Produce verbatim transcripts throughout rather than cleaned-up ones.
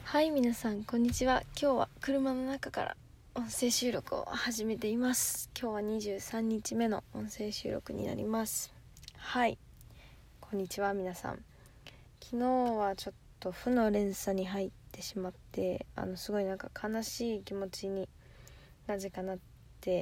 はい、皆さんこんにちは。今日は車の中から音声収録を始めています。今日はにじゅうさんにちめの音声収録になります。はい、こんにちは皆さん。昨日はちょっと負の連鎖に入ってしまって、あのすごいなんか悲しい気持ちになぜかなって、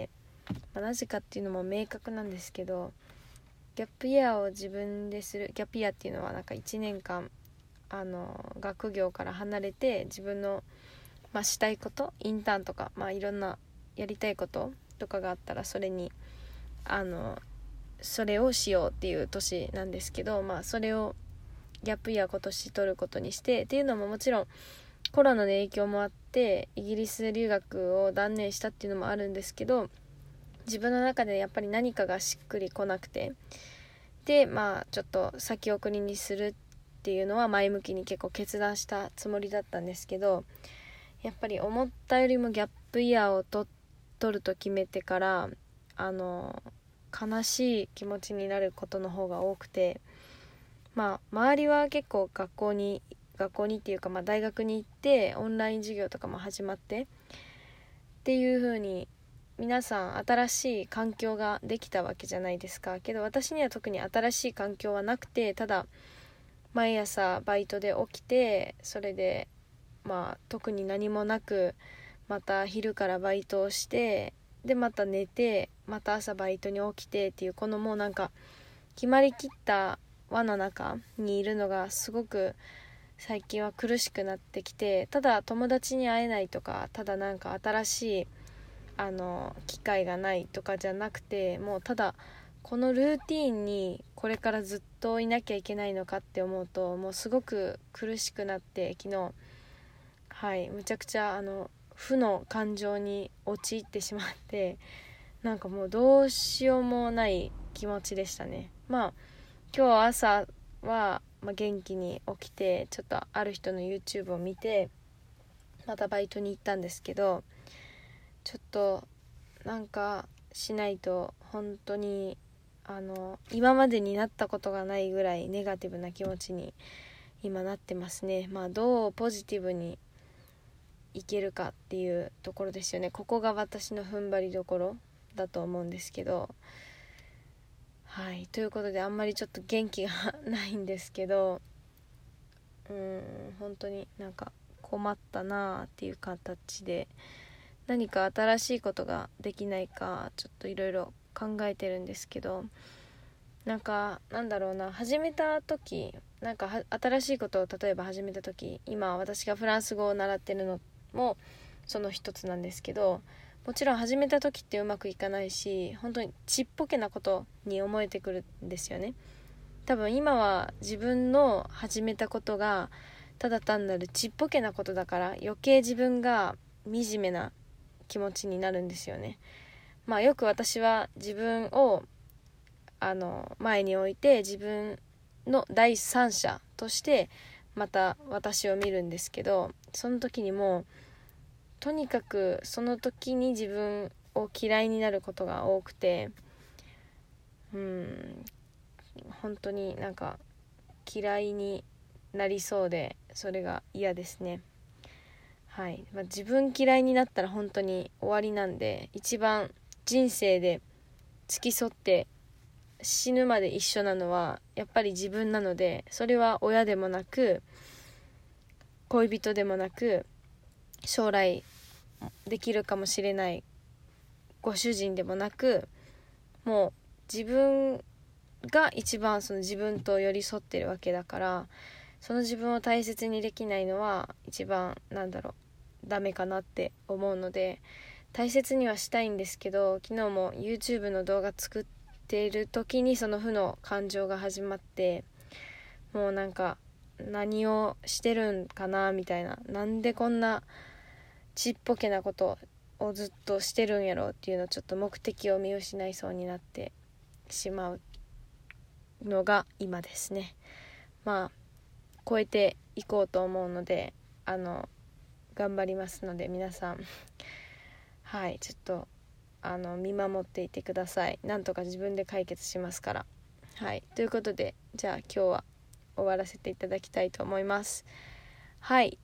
まあ、なぜかっていうのも明確なんですけど、ギャップイヤーを自分でする。ギャップイヤーっていうのはなんかいちねんかんあの学業から離れて自分の、まあ、したいことインターンとか、まあ、いろんなやりたいこととかがあったらそれにあのそれをしようっていう年なんですけど、まあ、それをギャップイヤー今年取ることにしてっていうのももちろんコロナの影響もあってイギリス留学を断念したっていうのもあるんですけど、自分の中でやっぱり何かがしっくりこなくて、でまあちょっと先送りにするっていうのは前向きに結構決断したつもりだったんですけど、やっぱり思ったよりもギャップイヤーをと取ると決めてからあの悲しい気持ちになることの方が多くて、まあ周りは結構学校に学校にっていうか、まあ、大学に行ってオンライン授業とかも始まってっていう風に皆さん新しい環境ができたわけじゃないですか。けど私には特に新しい環境はなくて、ただ毎朝バイトで起きて、それでまあ特に何もなくまた昼からバイトをして、でまた寝てまた朝バイトに起きてっていう、このもうなんか決まりきった輪の中にいるのがすごく最近は苦しくなってきて、ただ友達に会えないとか、ただなんか新しいあの機会がないとかじゃなくて、もうただこのルーティーンにこれからずっといなきゃいけないのかって思うと、もうすごく苦しくなって、昨日はいむちゃくちゃあの負の感情に陥ってしまって、なんかもうどうしようもない気持ちでしたね。まあ今日朝は、まあ、元気に起きてちょっとある人の YouTube を見てまたバイトに行ったんですけど、ちょっとなんかしないと本当にあの今までになったことがないぐらいネガティブな気持ちに今なってますね。まあどうポジティブにいけるかっていうところですよね。ここが私の踏ん張りどころだと思うんですけど、はいということであんまりちょっと元気がないんですけど、うーん本当になんか困ったなーっていう形で、何か新しいことができないかちょっといろいろ考えてるんですけど、なんかなんだろうな、始めた時なんか新しいことを例えば始めた時、今私がフランス語を習ってるのもその一つなんですけど、もちろん始めた時ってうまくいかないし、本当にちっぽけなことに思えてくるんですよね。多分今は自分の始めたことがただ単なるちっぽけなことだから、余計自分が惨めな気持ちになるんですよね。まあよく私は自分をあの前に置いて自分の第三者としてまた私を見るんですけど、その時にもとにかくその時に自分を嫌いになることが多くて、うーん本当になんか嫌いになりそうで、それが嫌ですね。はい、まあ、自分嫌いになったら本当に終わりなんで、一番人生で付き添って死ぬまで一緒なのはやっぱり自分なので、それは親でもなく恋人でもなく将来できるかもしれないご主人でもなく、もう自分が一番その自分と寄り添ってるわけだから、その自分を大切にできないのは一番なんだろうダメかなって思うので、大切にはしたいんですけど、昨日も YouTube の動画作っている時にその負の感情が始まって、もうなんか何をしてるんかなみたいな、なんでこんなちっぽけなことをずっとしてるんやろうっていうの、ちょっと目的を見失いそうになってしまうのが今ですね。まあ超えていこうと思うので、あの頑張りますので皆さんはいちょっとあの見守っていてください。なんとか自分で解決しますから。はいということで、じゃあ今日は終わらせていただきたいと思います。はいでは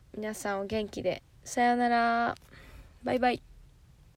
皆さんお元気で。さようなら。バイバイ。